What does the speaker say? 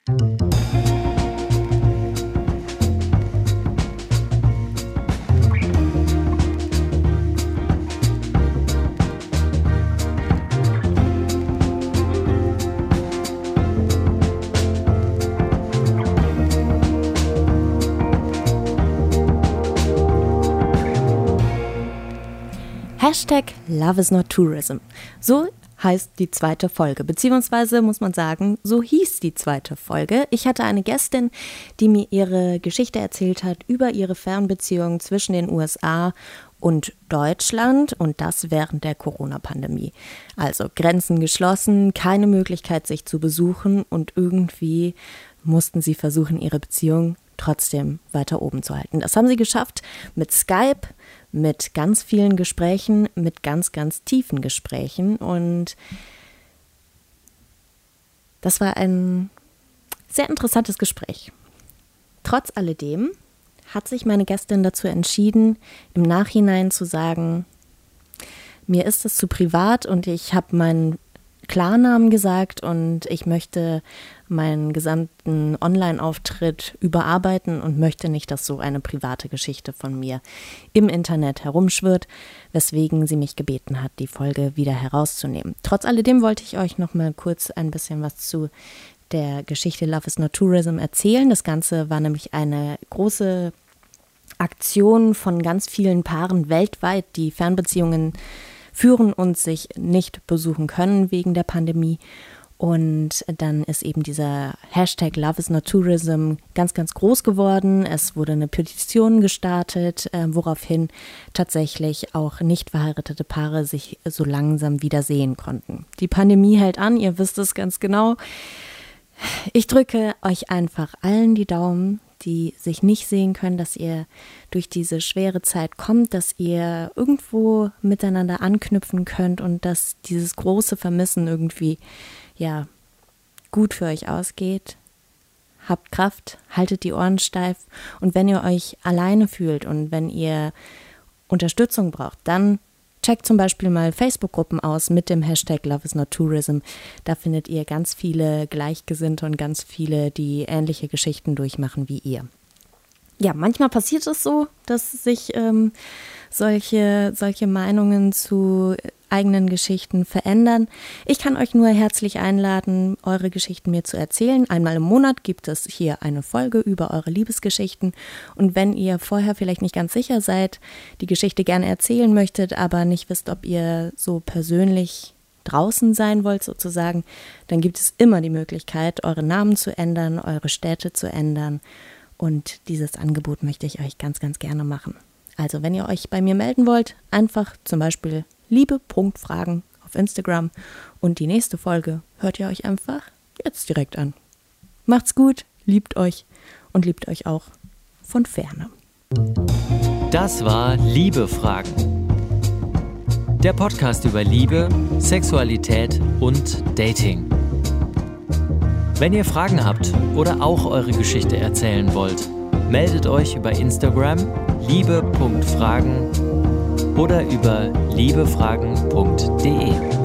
Hashtag Love is not tourism. So heißt die zweite Folge, beziehungsweise muss man sagen, so hieß die zweite Folge. Ich hatte eine Gästin, die mir ihre Geschichte erzählt hat über ihre Fernbeziehungen zwischen den USA und Deutschland und das während der Corona-Pandemie. Also Grenzen geschlossen, keine Möglichkeit, sich zu besuchen und irgendwie mussten sie versuchen, ihre Beziehung trotzdem weiter oben zu halten. Das haben sie geschafft mit Skype, mit ganz vielen Gesprächen, mit ganz, ganz tiefen Gesprächen und das war ein sehr interessantes Gespräch. Trotz alledem hat sich meine Gästin dazu entschieden, im Nachhinein zu sagen, mir ist es zu privat und ich habe meinen Klarnamen gesagt und ich möchte meinen gesamten Online-Auftritt überarbeiten und möchte nicht, dass so eine private Geschichte von mir im Internet herumschwirrt, weswegen sie mich gebeten hat, die Folge wieder herauszunehmen. Trotz alledem wollte ich euch noch mal kurz ein bisschen was zu der Geschichte Love is not tourism erzählen. Das Ganze war nämlich eine große Aktion von ganz vielen Paaren weltweit, die Fernbeziehungen führen und sich nicht besuchen können wegen der Pandemie. Und dann ist eben dieser Hashtag Love is not tourism ganz, ganz groß geworden. Es wurde eine Petition gestartet, woraufhin tatsächlich auch nicht verheiratete Paare sich so langsam wieder sehen konnten. Die Pandemie hält an, ihr wisst es ganz genau. Ich drücke euch einfach allen die Daumen, die sich nicht sehen können, dass ihr durch diese schwere Zeit kommt, dass ihr irgendwo miteinander anknüpfen könnt und dass dieses große Vermissen irgendwie gut für euch ausgeht. Habt Kraft, haltet die Ohren steif und wenn ihr euch alleine fühlt und wenn ihr Unterstützung braucht, dann checkt zum Beispiel mal Facebook-Gruppen aus mit dem Hashtag Love is not tourism. Da findet ihr ganz viele Gleichgesinnte und ganz viele, die ähnliche Geschichten durchmachen wie ihr. Ja, manchmal passiert es so, dass sich solche Meinungen zu eigenen Geschichten verändern. Ich kann euch nur herzlich einladen, eure Geschichten mir zu erzählen. Einmal im Monat gibt es hier eine Folge über eure Liebesgeschichten. Und wenn ihr vorher vielleicht nicht ganz sicher seid, die Geschichte gerne erzählen möchtet, aber nicht wisst, ob ihr so persönlich draußen sein wollt sozusagen, dann gibt es immer die Möglichkeit, eure Namen zu ändern, eure Städte zu ändern. Und dieses Angebot möchte ich euch ganz, ganz gerne machen. Also wenn ihr euch bei mir melden wollt, einfach zum Beispiel liebe.fragen auf Instagram und die nächste Folge hört ihr euch einfach jetzt direkt an. Macht's gut, liebt euch und liebt euch auch von Ferne. Das war Liebe Fragen. Der Podcast über Liebe, Sexualität und Dating. Wenn ihr Fragen habt oder auch eure Geschichte erzählen wollt, meldet euch über Instagram liebe.fragen oder über liebefragen.de.